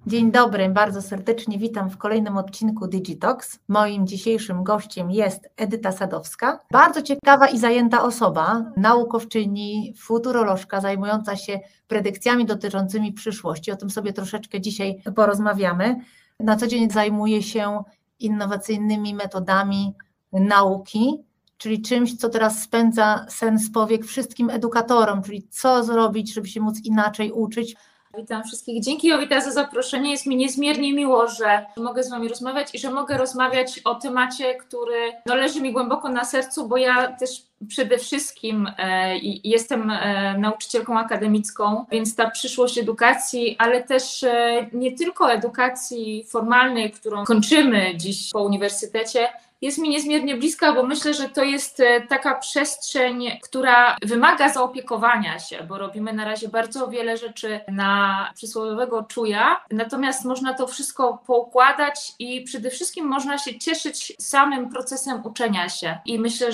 Dzień dobry, bardzo serdecznie witam w kolejnym odcinku Digitox. Moim dzisiejszym gościem jest Edyta Sadowska. Bardzo ciekawa i zajęta osoba, naukowczyni, futurolożka zajmująca się predykcjami dotyczącymi przyszłości. O tym sobie troszeczkę dzisiaj porozmawiamy. Na co dzień zajmuje się innowacyjnymi metodami nauki, czyli czymś, co teraz spędza sen z powiek wszystkim edukatorom, czyli co zrobić, żeby się móc inaczej uczyć. Witam wszystkich. Dzięki, Jowita, za zaproszenie. Jest mi niezmiernie miło, że mogę z Wami rozmawiać i że mogę rozmawiać o temacie, który leży mi głęboko na sercu, bo ja też przede wszystkim jestem nauczycielką akademicką, więc ta przyszłość edukacji, ale też nie tylko edukacji formalnej, którą kończymy dziś po uniwersytecie, jest mi niezmiernie bliska, bo myślę, że to jest taka przestrzeń, która wymaga zaopiekowania się, bo robimy na razie bardzo wiele rzeczy na przysłowiowego czuja, natomiast można to wszystko poukładać i przede wszystkim można się cieszyć samym procesem uczenia się. I myślę,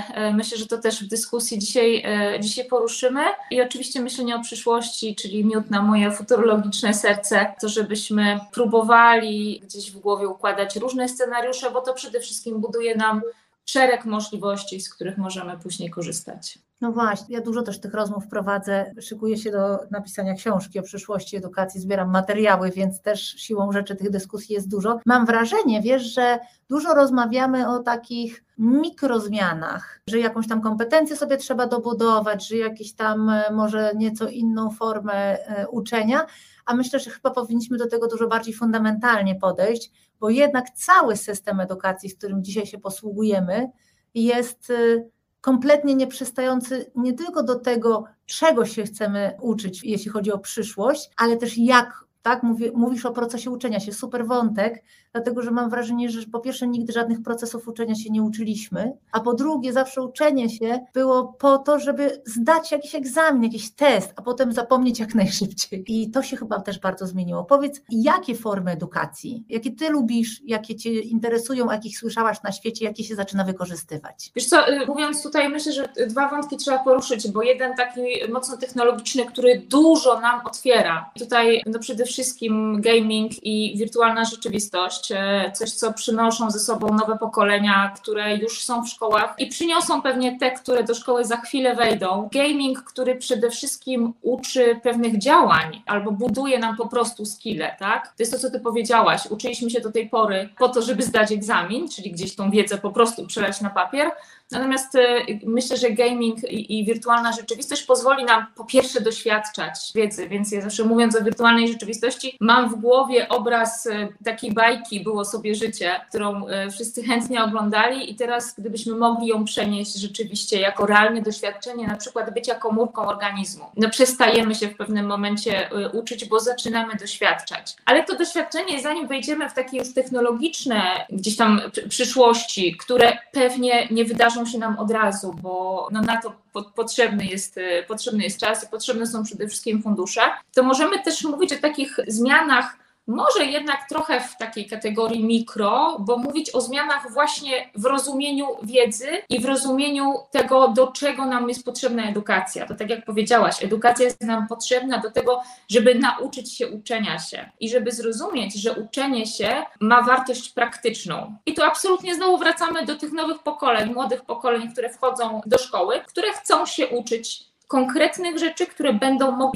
że to też w dyskusji dzisiaj poruszymy. I oczywiście myślenie o przyszłości, czyli miód na moje futurologiczne serce, to żebyśmy próbowali gdzieś w głowie układać różne scenariusze, bo to przede wszystkim buduje nam szereg możliwości, z których możemy później korzystać. No właśnie, ja dużo też tych rozmów prowadzę, szykuję się do napisania książki o przyszłości edukacji, zbieram materiały, więc też siłą rzeczy tych dyskusji jest dużo. Mam wrażenie, wiesz, że dużo rozmawiamy o takich mikrozmianach, że jakąś tam kompetencję sobie trzeba dobudować, że jakieś tam może nieco inną formę uczenia, a myślę, że chyba powinniśmy do tego dużo bardziej fundamentalnie podejść, bo jednak cały system edukacji, z którym dzisiaj się posługujemy, jest kompletnie nieprzystający nie tylko do tego, czego się chcemy uczyć, jeśli chodzi o przyszłość, ale też jak, tak? Mówisz o procesie uczenia się, super wątek, dlatego że mam wrażenie, że po pierwsze nigdy żadnych procesów uczenia się nie uczyliśmy, a po drugie zawsze uczenie się było po to, żeby zdać jakiś egzamin, jakiś test, a potem zapomnieć jak najszybciej. I to się chyba też bardzo zmieniło. Powiedz, jakie formy edukacji, jakie ty lubisz, jakie cię interesują, jakich słyszałaś na świecie, jakie się zaczyna wykorzystywać? Wiesz co, mówiąc tutaj, myślę, że dwa wątki trzeba poruszyć, bo jeden taki mocno technologiczny, który dużo nam otwiera. Tutaj przede wszystkim gaming i wirtualna rzeczywistość, coś, co przynoszą ze sobą nowe pokolenia, które już są w szkołach i przyniosą pewnie te, które do szkoły za chwilę wejdą. Gaming, który przede wszystkim uczy pewnych działań albo buduje nam po prostu skille, tak? To jest to, co ty powiedziałaś. Uczyliśmy się do tej pory po to, żeby zdać egzamin, czyli gdzieś tą wiedzę po prostu przelać na papier. Natomiast myślę, że gaming i wirtualna rzeczywistość pozwoli nam po pierwsze doświadczać wiedzy, więc ja zawsze mówiąc o wirtualnej rzeczywistości mam w głowie obraz takiej bajki Było sobie życie, którą wszyscy chętnie oglądali i teraz gdybyśmy mogli ją przenieść rzeczywiście jako realne doświadczenie, na przykład bycia komórką organizmu. Przestajemy się w pewnym momencie uczyć, bo zaczynamy doświadczać. Ale to doświadczenie, zanim wejdziemy w takie już technologiczne gdzieś tam przyszłości, które pewnie nie wydarzą się nam od razu, bo na to potrzebny jest czas i potrzebne są przede wszystkim fundusze, to możemy też mówić o takich zmianach, może jednak trochę w takiej kategorii mikro, bo mówić o zmianach właśnie w rozumieniu wiedzy i w rozumieniu tego, do czego nam jest potrzebna edukacja. To tak jak powiedziałaś, edukacja jest nam potrzebna do tego, żeby nauczyć się uczenia się i żeby zrozumieć, że uczenie się ma wartość praktyczną. I tu absolutnie znowu wracamy do tych nowych pokoleń, młodych pokoleń, które wchodzą do szkoły, które chcą się uczyć konkretnych rzeczy, które będą mogli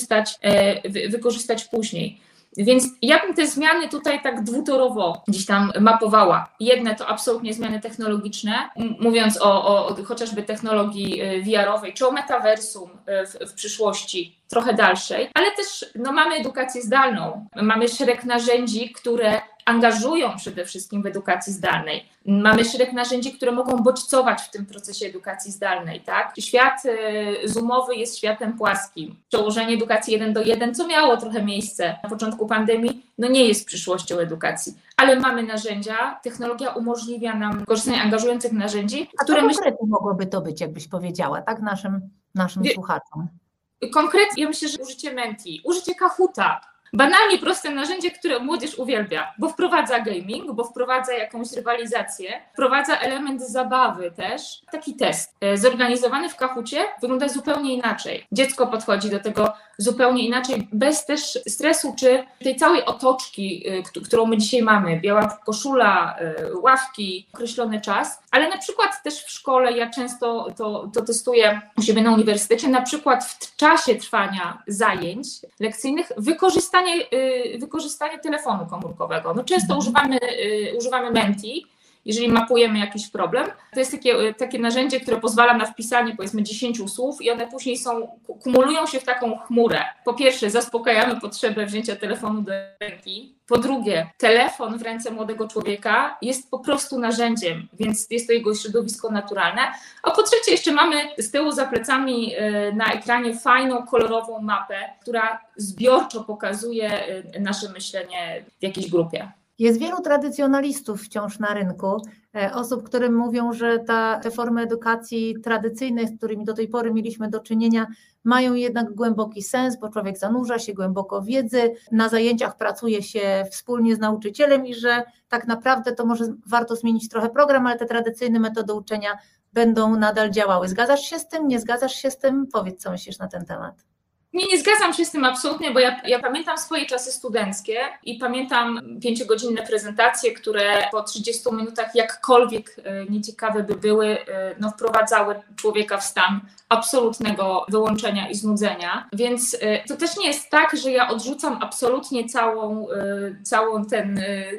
wykorzystać później. Więc ja bym te zmiany tutaj tak dwutorowo gdzieś tam mapowała. Jedne to absolutnie zmiany technologiczne, mówiąc o chociażby technologii VR-owej, czy o metaversum w przyszłości trochę dalszej, ale też mamy edukację zdalną, mamy szereg narzędzi, które angażują przede wszystkim w edukacji zdalnej. Mamy szereg narzędzi, które mogą bodźcować w tym procesie edukacji zdalnej, tak? Świat zoomowy jest światem płaskim. Przełożenie edukacji 1:1, co miało trochę miejsce na początku pandemii, nie jest przyszłością edukacji. Ale mamy narzędzia, technologia umożliwia nam korzystanie angażujących narzędzi, które konkretnie mogłoby to być, jakbyś powiedziała, tak? Naszym słuchaczom. Konkretnie, ja myślę, że użycie Menti, użycie Kahoota, banalnie proste narzędzie, które młodzież uwielbia, bo wprowadza gaming, bo wprowadza jakąś rywalizację, wprowadza element zabawy też. Taki test zorganizowany w Kahoocie wygląda zupełnie inaczej. Dziecko podchodzi do tego zupełnie inaczej, bez też stresu czy tej całej otoczki, którą my dzisiaj mamy. Biała koszula, ławki, określony czas, ale na przykład też w szkole ja często to testuję u siebie na uniwersytecie, na przykład w czasie trwania zajęć lekcyjnych wykorzystanie telefonu komórkowego. No często używamy Menti, jeżeli mapujemy jakiś problem. To jest takie narzędzie, które pozwala na wpisanie powiedzmy 10 słów i one później kumulują się w taką chmurę. Po pierwsze zaspokajamy potrzebę wzięcia telefonu do ręki. Po drugie, telefon w ręce młodego człowieka jest po prostu narzędziem, więc jest to jego środowisko naturalne. A po trzecie jeszcze mamy z tyłu za plecami na ekranie fajną, kolorową mapę, która zbiorczo pokazuje nasze myślenie w jakiejś grupie. Jest wielu tradycjonalistów wciąż na rynku, osób, którym mówią, że te formy edukacji tradycyjnej, z którymi do tej pory mieliśmy do czynienia, mają jednak głęboki sens, bo człowiek zanurza się głęboko w wiedzy, na zajęciach pracuje się wspólnie z nauczycielem i że tak naprawdę to może warto zmienić trochę program, ale te tradycyjne metody uczenia będą nadal działały. Zgadzasz się z tym? Nie zgadzasz się z tym? Powiedz, co myślisz na ten temat. Nie zgadzam się z tym absolutnie, bo ja pamiętam swoje czasy studenckie i pamiętam 5-godzinne prezentacje, które po 30 minutach jakkolwiek nieciekawe by były, wprowadzały człowieka w stan absolutnego wyłączenia i znudzenia. Więc to też nie jest tak, że ja odrzucam absolutnie całą ten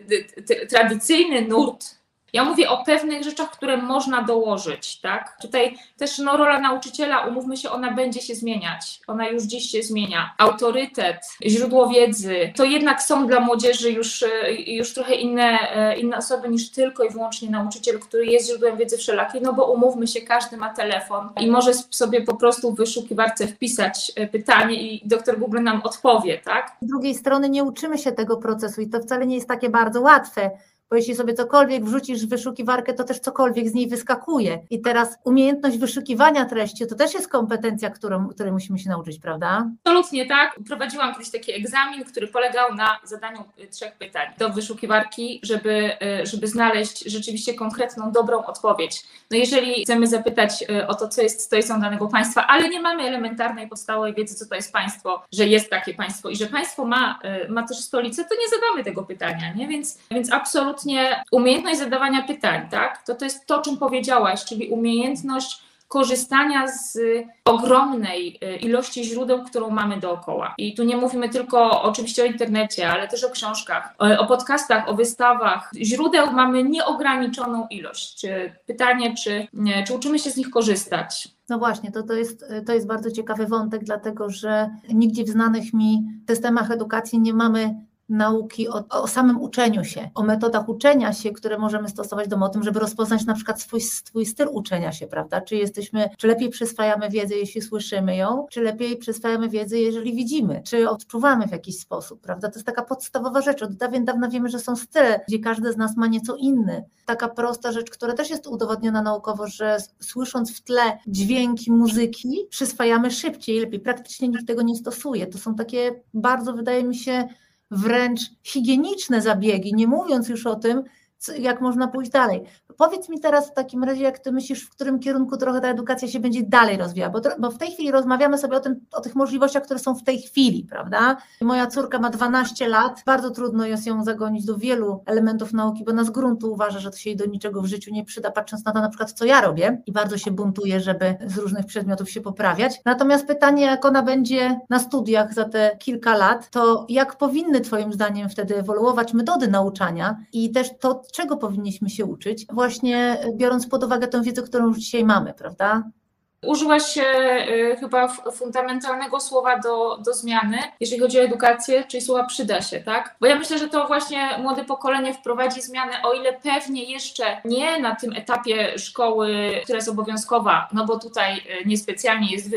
tradycyjny nurt. Ja mówię o pewnych rzeczach, które można dołożyć, tak? Tutaj też rola nauczyciela, umówmy się, ona będzie się zmieniać. Ona już dziś się zmienia. Autorytet, źródło wiedzy, to jednak są dla młodzieży już trochę inne osoby niż tylko i wyłącznie nauczyciel, który jest źródłem wiedzy wszelakiej, no bo umówmy się, każdy ma telefon i może sobie po prostu w wyszukiwarce wpisać pytanie i doktor Google nam odpowie, tak? Z drugiej strony nie uczymy się tego procesu i to wcale nie jest takie bardzo łatwe. Bo jeśli sobie cokolwiek wrzucisz w wyszukiwarkę, to też cokolwiek z niej wyskakuje. I teraz umiejętność wyszukiwania treści to też jest kompetencja, której musimy się nauczyć, prawda? Absolutnie tak. Prowadziłam kiedyś taki egzamin, który polegał na zadaniu 3 pytań do wyszukiwarki, żeby znaleźć rzeczywiście konkretną, dobrą odpowiedź. No jeżeli chcemy zapytać o to, co jest stolicą danego państwa, ale nie mamy elementarnej, podstawowej wiedzy, co to jest państwo, że jest takie państwo i że państwo ma też stolicę, to nie zadamy tego pytania, nie? Więc absolutnie umiejętność zadawania pytań, tak? To jest to, o czym powiedziałaś, czyli umiejętność korzystania z ogromnej ilości źródeł, którą mamy dookoła. I tu nie mówimy tylko oczywiście o internecie, ale też o książkach, o podcastach, o wystawach. Źródeł mamy nieograniczoną ilość. Pytanie, czy uczymy się z nich korzystać? No właśnie, to jest bardzo ciekawy wątek, dlatego że nigdzie w znanych mi systemach edukacji nie mamy nauki o samym uczeniu się, o metodach uczenia się, które możemy stosować o tym, żeby rozpoznać na przykład swój styl uczenia się, prawda? Czy lepiej przyswajamy wiedzę, jeśli słyszymy ją, czy lepiej przyswajamy wiedzę, jeżeli widzimy, czy odczuwamy w jakiś sposób, prawda? To jest taka podstawowa rzecz. Od dawien dawna wiemy, że są style, gdzie każdy z nas ma nieco inny. Taka prosta rzecz, która też jest udowodniona naukowo, że słysząc w tle dźwięki muzyki, przyswajamy szybciej, lepiej. Praktycznie nikt tego nie stosuje. To są takie bardzo, wydaje mi się, wręcz higieniczne zabiegi, nie mówiąc już o tym, jak można pójść dalej. Powiedz mi teraz w takim razie, jak ty myślisz, w którym kierunku trochę ta edukacja się będzie dalej rozwijała, bo w tej chwili rozmawiamy sobie o tych możliwościach, które są w tej chwili, prawda? Moja córka ma 12 lat, bardzo trudno jest ją zagonić do wielu elementów nauki, bo ona z gruntu uważa, że to się jej do niczego w życiu nie przyda, patrząc na to na przykład, co ja robię i bardzo się buntuje, żeby z różnych przedmiotów się poprawiać. Natomiast pytanie, jak ona będzie na studiach za te kilka lat, to jak powinny twoim zdaniem wtedy ewoluować metody nauczania i też to, czego powinniśmy się uczyć, właśnie biorąc pod uwagę tę wiedzę, którą już dzisiaj mamy, prawda? Użyłaś chyba fundamentalnego słowa do zmiany, jeżeli chodzi o edukację, czyli słowa przyda się, tak? Bo ja myślę, że to właśnie młode pokolenie wprowadzi zmianę, o ile pewnie jeszcze nie na tym etapie szkoły, która jest obowiązkowa, no bo tutaj niespecjalnie jest wybór,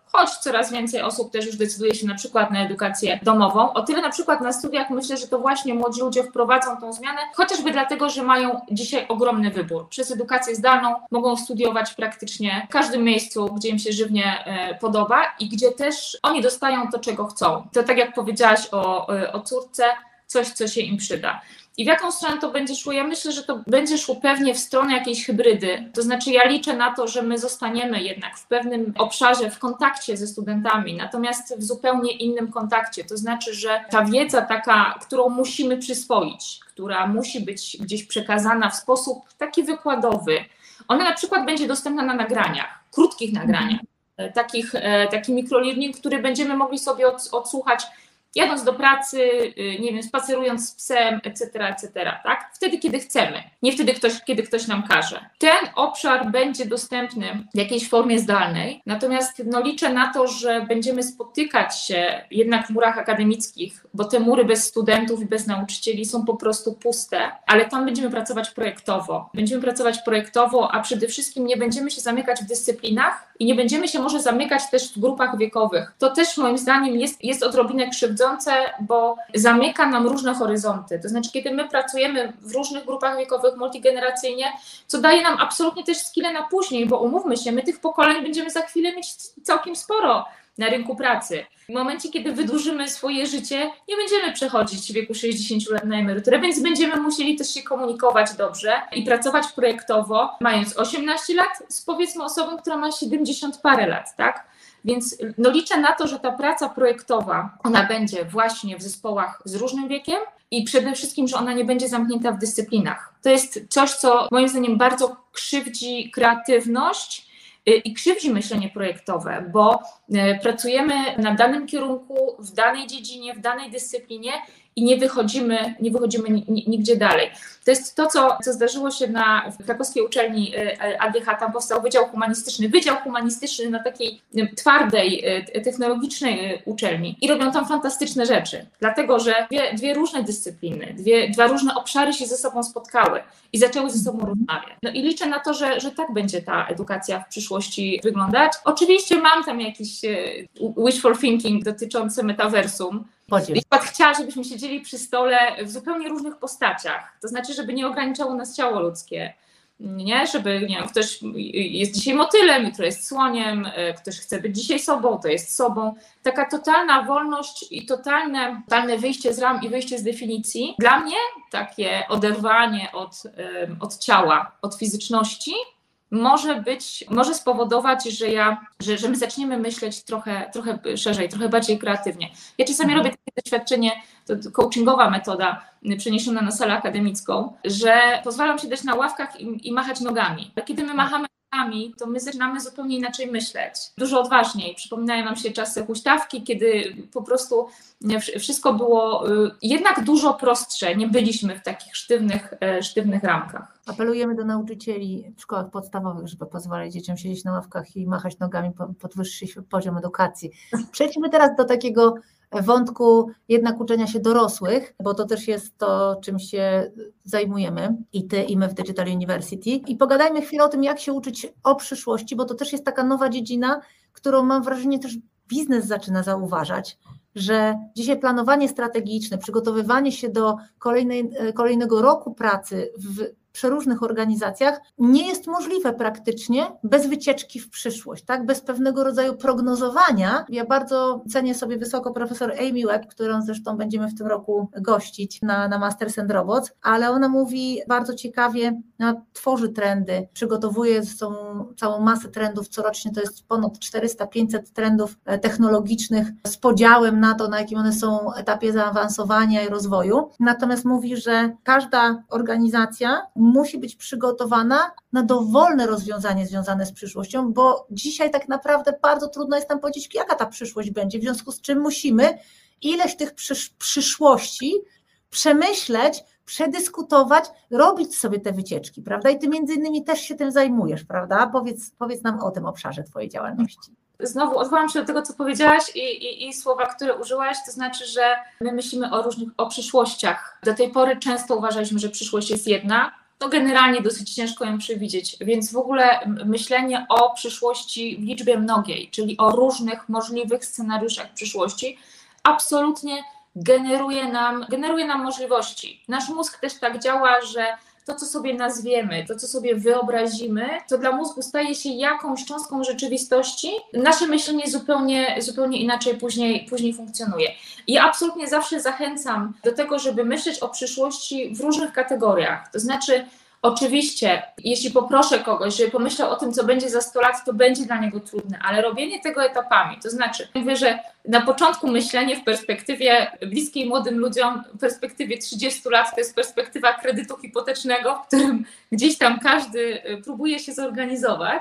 choć coraz więcej osób też już decyduje się na przykład na edukację domową. O tyle na przykład na studiach myślę, że to właśnie młodzi ludzie wprowadzą tą zmianę, chociażby dlatego, że mają dzisiaj ogromny wybór. Przez edukację zdalną mogą studiować praktycznie w każdym miejscu, gdzie im się żywnie podoba i gdzie też oni dostają to, czego chcą. To tak jak powiedziałaś o córce, coś, co się im przyda. I w jaką stronę to będzie szło? Ja myślę, że to będzie szło pewnie w stronę jakiejś hybrydy. To znaczy ja liczę na to, że my zostaniemy jednak w pewnym obszarze w kontakcie ze studentami, natomiast w zupełnie innym kontakcie. To znaczy, że ta wiedza taka, którą musimy przyswoić, która musi być gdzieś przekazana w sposób taki wykładowy, ona na przykład będzie dostępna na nagraniach, krótkich nagraniach, taki mikrolearning, który będziemy mogli sobie odsłuchać jadąc do pracy, nie wiem, spacerując z psem, etc., tak? Wtedy, kiedy chcemy, nie wtedy, kiedy ktoś nam każe. Ten obszar będzie dostępny w jakiejś formie zdalnej, natomiast liczę na to, że będziemy spotykać się jednak w murach akademickich, bo te mury bez studentów i bez nauczycieli są po prostu puste, ale tam będziemy pracować projektowo. Będziemy pracować projektowo, a przede wszystkim nie będziemy się zamykać w dyscyplinach i nie będziemy się może zamykać też w grupach wiekowych. To też moim zdaniem jest odrobinę krzywdzące, bo zamyka nam różne horyzonty. To znaczy, kiedy my pracujemy w różnych grupach wiekowych multigeneracyjnie, co daje nam absolutnie też skille na później, bo umówmy się, my tych pokoleń będziemy za chwilę mieć całkiem sporo na rynku pracy. W momencie, kiedy wydłużymy swoje życie, nie będziemy przechodzić w wieku 60 lat na emeryturę, więc będziemy musieli też się komunikować dobrze i pracować projektowo, mając 18 lat z powiedzmy osobą, która ma 70 parę lat, tak? Więc liczę na to, że ta praca projektowa, ona będzie właśnie w zespołach z różnym wiekiem i przede wszystkim, że ona nie będzie zamknięta w dyscyplinach. To jest coś, co moim zdaniem bardzo krzywdzi kreatywność i krzywdzi myślenie projektowe, bo pracujemy na danym kierunku, w danej dziedzinie, w danej dyscyplinie i nie wychodzimy nigdzie dalej. To jest to, co zdarzyło się w krakowskiej uczelni AGH. Tam powstał Wydział Humanistyczny na takiej twardej, technologicznej uczelni i robią tam fantastyczne rzeczy, dlatego że dwie różne dyscypliny, dwa różne obszary się ze sobą spotkały i zaczęły ze sobą rozmawiać. I liczę na to, że tak będzie ta edukacja w przyszłości wyglądać. Oczywiście mam tam jakiś wishful thinking dotyczący metaversum. Ja chciała, żebyśmy siedzieli przy stole w zupełnie różnych postaciach, to znaczy, żeby nie ograniczało nas ciało ludzkie, nie? Żeby, nie wiem, ktoś jest dzisiaj motylem, jutro jest słoniem, ktoś chce być dzisiaj sobą, to jest sobą. Taka totalna wolność i totalne wyjście z ram i wyjście z definicji. Dla mnie takie oderwanie od ciała, od fizyczności może spowodować, że my zaczniemy myśleć trochę szerzej, trochę bardziej kreatywnie. Ja czasami robię takie doświadczenie, to coachingowa metoda przeniesiona na salę akademicką, że pozwalam się dać na ławkach i machać nogami. A kiedy my machamy nogami, to my zaczynamy zupełnie inaczej myśleć. Dużo odważniej. Przypominają nam się czasy huśtawki, kiedy po prostu wszystko było jednak dużo prostsze. Nie byliśmy w takich sztywnych ramkach. Apelujemy do nauczycieli w szkołach podstawowych, żeby pozwalać dzieciom siedzieć na ławkach i machać nogami, podwyższyć poziom edukacji. Przejdźmy teraz do takiego wątku jednak uczenia się dorosłych, bo to też jest to, czym się zajmujemy i ty, i my w Digital University. I pogadajmy chwilę o tym, jak się uczyć o przyszłości, bo to też jest taka nowa dziedzina, którą mam wrażenie też biznes zaczyna zauważać, że dzisiaj planowanie strategiczne, przygotowywanie się do kolejnego roku pracy w przeróżnych organizacjach nie jest możliwe praktycznie bez wycieczki w przyszłość, tak? Bez pewnego rodzaju prognozowania. Ja bardzo cenię sobie wysoko profesor Amy Webb, którą zresztą będziemy w tym roku gościć na Masters and Robots, ale ona mówi bardzo ciekawie, tworzy trendy, przygotowuje całą masę trendów corocznie, to jest ponad 400-500 trendów technologicznych z podziałem na to, na jakim one są etapie zaawansowania i rozwoju. Natomiast mówi, że każda organizacja musi być przygotowana na dowolne rozwiązanie związane z przyszłością, bo dzisiaj tak naprawdę bardzo trudno jest nam powiedzieć, jaka ta przyszłość będzie, w związku z czym musimy ileś tych przyszłości przemyśleć, przedyskutować, robić sobie te wycieczki, prawda? I ty między innymi też się tym zajmujesz, prawda? Powiedz nam o tym obszarze twojej działalności. Znowu odwołam się do tego, co powiedziałaś i słowa, które użyłaś, to znaczy, że my myślimy o przyszłościach. Do tej pory często uważaliśmy, że przyszłość jest jedna, to generalnie dosyć ciężko ją przewidzieć, więc w ogóle myślenie o przyszłości w liczbie mnogiej, czyli o różnych możliwych scenariuszach przyszłości, absolutnie generuje nam możliwości. Nasz mózg też tak działa, że to, co sobie nazwiemy, to, co sobie wyobrazimy, to dla mózgu staje się jakąś cząstką rzeczywistości. Nasze myślenie zupełnie inaczej później funkcjonuje. I ja absolutnie zawsze zachęcam do tego, żeby myśleć o przyszłości w różnych kategoriach. To znaczy, oczywiście, jeśli poproszę kogoś, żeby pomyślał o tym, co będzie za 100 lat, to będzie dla niego trudne, ale robienie tego etapami, to znaczy, mówię, że na początku myślenie w perspektywie bliskiej młodym ludziom, w perspektywie 30 lat, to jest perspektywa kredytu hipotecznego, w którym gdzieś tam każdy próbuje się zorganizować.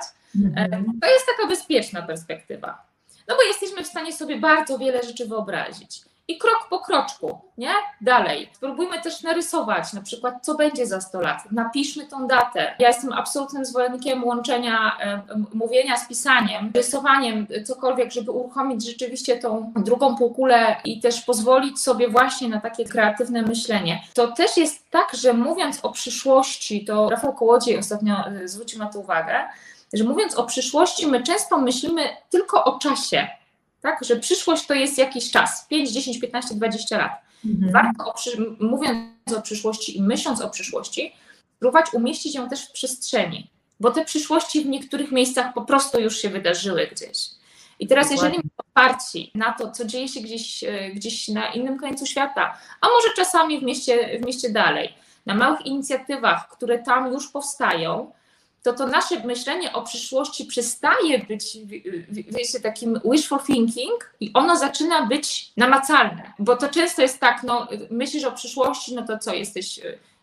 To jest taka bezpieczna perspektywa, no bo jesteśmy w stanie sobie bardzo wiele rzeczy wyobrazić. I krok po kroczku, nie? Dalej. Spróbujmy też narysować, na przykład, co będzie za 100 lat. Napiszmy tą datę. Ja jestem absolutnym zwolennikiem łączenia mówienia z pisaniem, rysowaniem, cokolwiek, żeby uruchomić rzeczywiście tą drugą półkulę i też pozwolić sobie właśnie na takie kreatywne myślenie. To też jest tak, że mówiąc o przyszłości, to Rafał Kołodziej ostatnio zwrócił na to uwagę, że mówiąc o przyszłości, my często myślimy tylko o czasie. Tak, że przyszłość to jest jakiś czas, 5, 10, 15, 20 lat. Warto, mówiąc o przyszłości i myśląc o przyszłości, spróbować umieścić ją też w przestrzeni, bo te przyszłości w niektórych miejscach po prostu już się wydarzyły gdzieś. I teraz jeżeli oparci na to, co dzieje się gdzieś na innym końcu świata, a może czasami w mieście dalej, na małych inicjatywach, które tam już powstają, to nasze myślenie o przyszłości przestaje być, wiecie, takim wishful thinking i ono zaczyna być namacalne. Bo to często jest tak, no myślisz o przyszłości, no to co, jesteś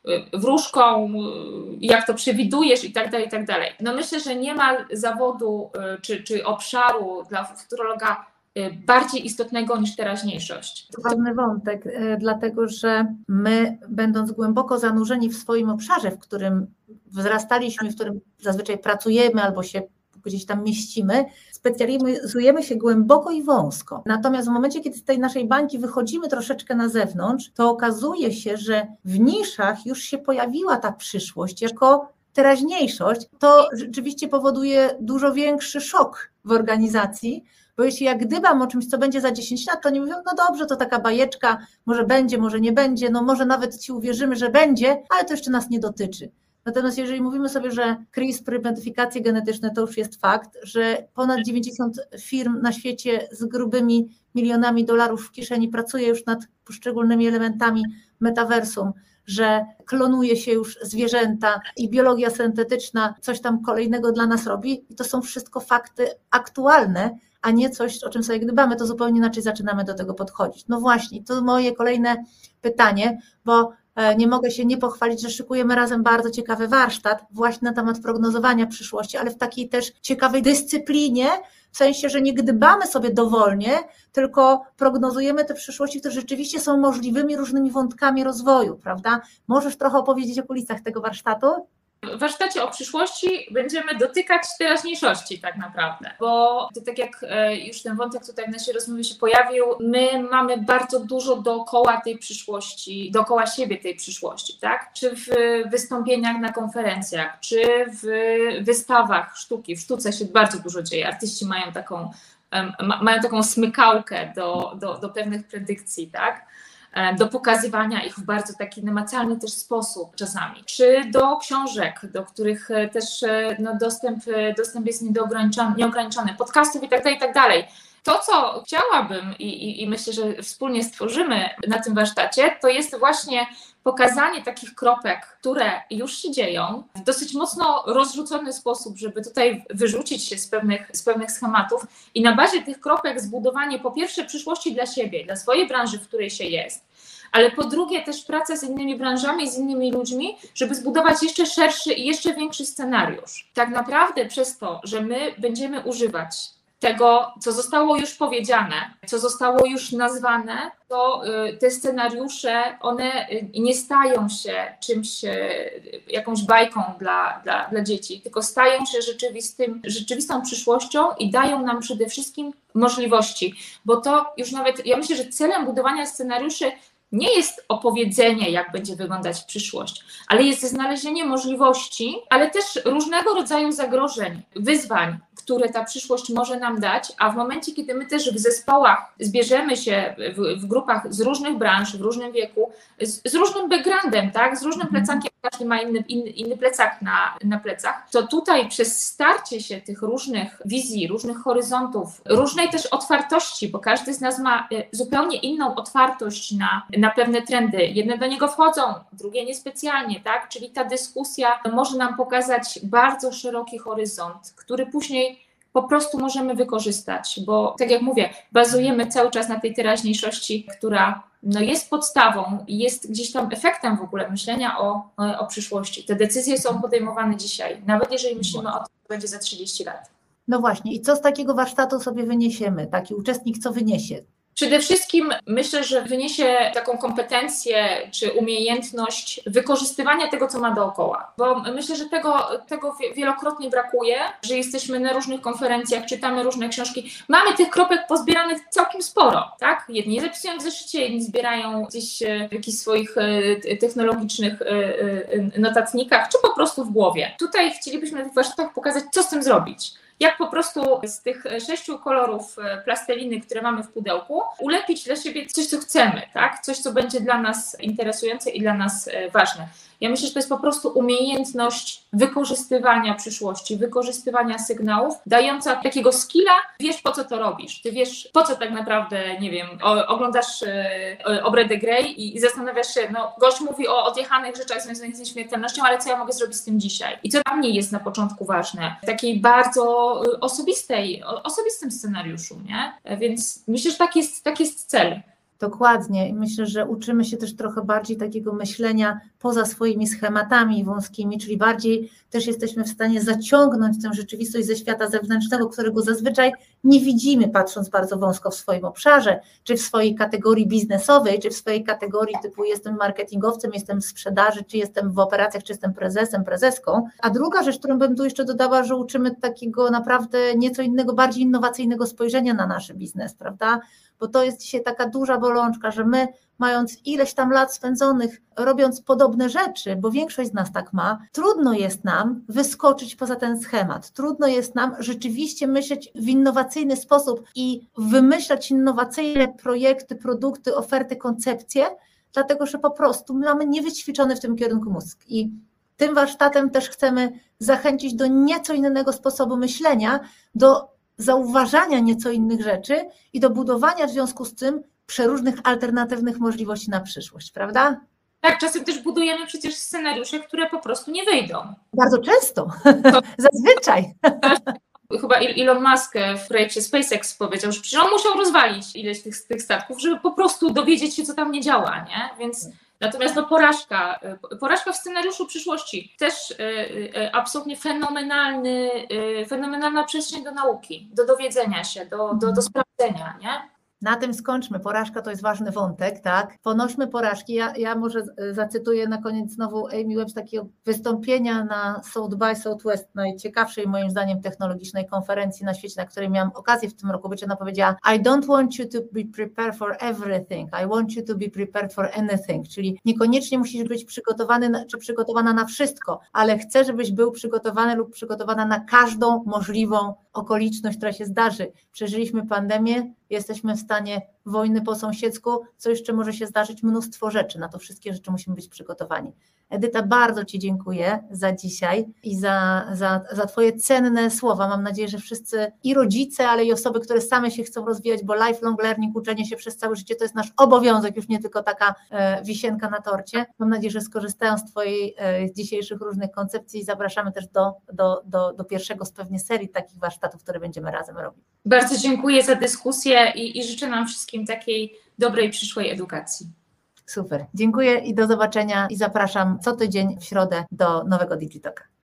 wróżką, jak to przewidujesz i tak dalej, i tak dalej. No myślę, że nie ma zawodu czy obszaru dla futurologa bardziej istotnego niż teraźniejszość. To ważny wątek, dlatego że my, będąc głęboko zanurzeni w swoim obszarze, w którym wzrastaliśmy, w którym zazwyczaj pracujemy albo się gdzieś tam mieścimy, specjalizujemy się głęboko i wąsko. Natomiast w momencie, kiedy z tej naszej bańki wychodzimy troszeczkę na zewnątrz, to okazuje się, że w niszach już się pojawiła ta przyszłość jako teraźniejszość. To rzeczywiście powoduje dużo większy szok w organizacji, bo jeśli ja gdybam o czymś, co będzie za 10 lat, to nie mówią, no dobrze, to taka bajeczka, może będzie, może nie będzie, no może nawet ci uwierzymy, że będzie, ale to jeszcze nas nie dotyczy. Natomiast jeżeli mówimy sobie, że CRISPR, modyfikacje genetyczne to już jest fakt, że ponad 90 firm na świecie z grubymi milionami dolarów w kieszeni pracuje już nad poszczególnymi elementami metaversum, że klonuje się już zwierzęta i biologia syntetyczna coś tam kolejnego dla nas robi i to są wszystko fakty aktualne, a nie coś, o czym sobie gdybamy, to zupełnie inaczej zaczynamy do tego podchodzić. No właśnie, to moje kolejne pytanie, bo nie mogę się nie pochwalić, że szykujemy razem bardzo ciekawy warsztat właśnie na temat prognozowania przyszłości, ale w takiej też ciekawej dyscyplinie, w sensie, że nie gdybamy sobie dowolnie, tylko prognozujemy te przyszłości, które rzeczywiście są możliwymi różnymi wątkami rozwoju, prawda? Możesz trochę opowiedzieć o kulisach tego warsztatu? W warsztacie o przyszłości będziemy dotykać teraźniejszości tak naprawdę, bo to tak jak już ten wątek tutaj w naszej rozmowie się pojawił, my mamy bardzo dużo dookoła tej przyszłości, dookoła siebie tej przyszłości, tak? Czy w wystąpieniach na konferencjach, czy w wystawach sztuki, w sztuce się bardzo dużo dzieje, artyści mają taką smykałkę do pewnych predykcji, tak? Do pokazywania ich w bardzo taki namacalny też sposób czasami, czy do książek, do których też no, dostęp jest nieograniczony, podcastów i tak dalej. To, co chciałabym i myślę, że wspólnie stworzymy na tym warsztacie, to jest właśnie pokazanie takich kropek, które już się dzieją w dosyć mocno rozrzucony sposób, żeby tutaj wyrzucić się z pewnych schematów i na bazie tych kropek zbudowanie po pierwsze przyszłości dla siebie, dla swojej branży, w której się jest, ale po drugie też praca z innymi branżami, z innymi ludźmi, żeby zbudować jeszcze szerszy i jeszcze większy scenariusz. Tak naprawdę przez to, że my będziemy używać tego, co zostało już powiedziane, co zostało już nazwane, to te scenariusze, one nie stają się czymś, jakąś bajką dla dzieci, tylko stają się rzeczywistą przyszłością i dają nam przede wszystkim możliwości, bo to już nawet, ja myślę, że celem budowania scenariuszy nie jest opowiedzenie, jak będzie wyglądać przyszłość, ale jest znalezienie możliwości, ale też różnego rodzaju zagrożeń, wyzwań, które ta przyszłość może nam dać, a w momencie, kiedy my też w zespołach zbierzemy się w grupach z różnych branż, w różnym wieku, z różnym backgroundem, tak, z różnym plecakiem, każdy ma inny plecak na plecach, to tutaj przez starcie się tych różnych wizji, różnych horyzontów, różnej też otwartości, bo każdy z nas ma zupełnie inną otwartość na pewne trendy. Jedne do niego wchodzą, drugie niespecjalnie, tak? Czyli ta dyskusja może nam pokazać bardzo szeroki horyzont, który później po prostu możemy wykorzystać, bo tak jak mówię, bazujemy cały czas na tej teraźniejszości, która jest podstawą i jest gdzieś tam efektem w ogóle myślenia o przyszłości. Te decyzje są podejmowane dzisiaj, nawet jeżeli myślimy o tym, co będzie za 30 lat. No właśnie, i co z takiego warsztatu sobie wyniesiemy? Taki uczestnik co wyniesie? Przede wszystkim myślę, że wyniesie taką kompetencję czy umiejętność wykorzystywania tego, co ma dookoła. Bo myślę, że tego wielokrotnie brakuje, że jesteśmy na różnych konferencjach, czytamy różne książki. Mamy tych kropek pozbieranych całkiem sporo, tak? Jedni zapisują w zeszycie, inni zbierają gdzieś w jakichś swoich technologicznych notatnikach, czy po prostu w głowie. Tutaj chcielibyśmy na tych warsztatach pokazać, co z tym zrobić. Jak po prostu z tych 6 kolorów plasteliny, które mamy w pudełku, ulepić dla siebie coś, co chcemy, tak? Coś, co będzie dla nas interesujące i dla nas ważne. Ja myślę, że to jest po prostu umiejętność wykorzystywania przyszłości, wykorzystywania sygnałów, dająca takiego skilla, wiesz, po co to robisz, ty wiesz, po co tak naprawdę, nie wiem, oglądasz Obrę de Grey i zastanawiasz się, no gość mówi o odjechanych rzeczach związanych z nieśmiertelnością, ale co ja mogę zrobić z tym dzisiaj? I co dla mnie jest na początku ważne, w takiej bardzo osobistym scenariuszu, nie? Więc myślę, że tak jest cel. Dokładnie i myślę, że uczymy się też trochę bardziej takiego myślenia poza swoimi schematami wąskimi, czyli bardziej też jesteśmy w stanie zaciągnąć tę rzeczywistość ze świata zewnętrznego, którego zazwyczaj nie widzimy, patrząc bardzo wąsko w swoim obszarze, czy w swojej kategorii biznesowej, czy w swojej kategorii typu jestem marketingowcem, jestem w sprzedaży, czy jestem w operacjach, czy jestem prezesem, prezeską. A druga rzecz, którą bym tu jeszcze dodała, że uczymy takiego naprawdę nieco innego, bardziej innowacyjnego spojrzenia na nasz biznes, prawda? Bo to jest dzisiaj taka duża bolączka, że my, mając ileś tam lat spędzonych, robiąc podobne rzeczy, bo większość z nas tak ma, trudno jest nam wyskoczyć poza ten schemat. Trudno jest nam rzeczywiście myśleć w innowacyjny sposób i wymyślać innowacyjne projekty, produkty, oferty, koncepcje, dlatego że po prostu my mamy niewyćwiczony w tym kierunku mózg. I tym warsztatem też chcemy zachęcić do nieco innego sposobu myślenia, do zauważania nieco innych rzeczy i do budowania w związku z tym przeróżnych alternatywnych możliwości na przyszłość, prawda? Tak, czasem też budujemy przecież scenariusze, które po prostu nie wyjdą. Bardzo często, zazwyczaj. Chyba Elon Musk w projekcie SpaceX powiedział, że przecież on musiał rozwalić ileś tych statków, żeby po prostu dowiedzieć się, co tam nie działa, nie? Więc natomiast porażka w scenariuszu przyszłości, też absolutnie fenomenalna przestrzeń do nauki, do dowiedzenia się, do sprawdzenia, nie? Na tym skończmy. Porażka to jest ważny wątek, tak? Ponośmy porażki. Ja może zacytuję na koniec znowu Amy Webb z takiego wystąpienia na South by Southwest, najciekawszej moim zdaniem technologicznej konferencji na świecie, na której miałam okazję w tym roku być. Ona powiedziała: I don't want you to be prepared for everything, I want you to be prepared for anything, czyli niekoniecznie musisz być przygotowany czy przygotowana na wszystko, ale chcę, żebyś był przygotowany lub przygotowana na każdą możliwą okoliczność, która się zdarzy. Przeżyliśmy pandemię, jesteśmy w stanie wojny po sąsiedzku, co jeszcze może się zdarzyć, mnóstwo rzeczy, na to wszystkie rzeczy musimy być przygotowani. Edyta, bardzo Ci dziękuję za dzisiaj i za Twoje cenne słowa. Mam nadzieję, że wszyscy i rodzice, ale i osoby, które same się chcą rozwijać, bo lifelong learning, uczenie się przez całe życie to jest nasz obowiązek, już nie tylko taka wisienka na torcie. Mam nadzieję, że skorzystają z Twojej dzisiejszych różnych koncepcji i zapraszamy też do pierwszego z pewnie serii takich warsztatów, które będziemy razem robić. Bardzo dziękuję za dyskusję i życzę nam wszystkim takiej dobrej przyszłej edukacji. Super, dziękuję i do zobaczenia i zapraszam co tydzień w środę do nowego DigiTalka.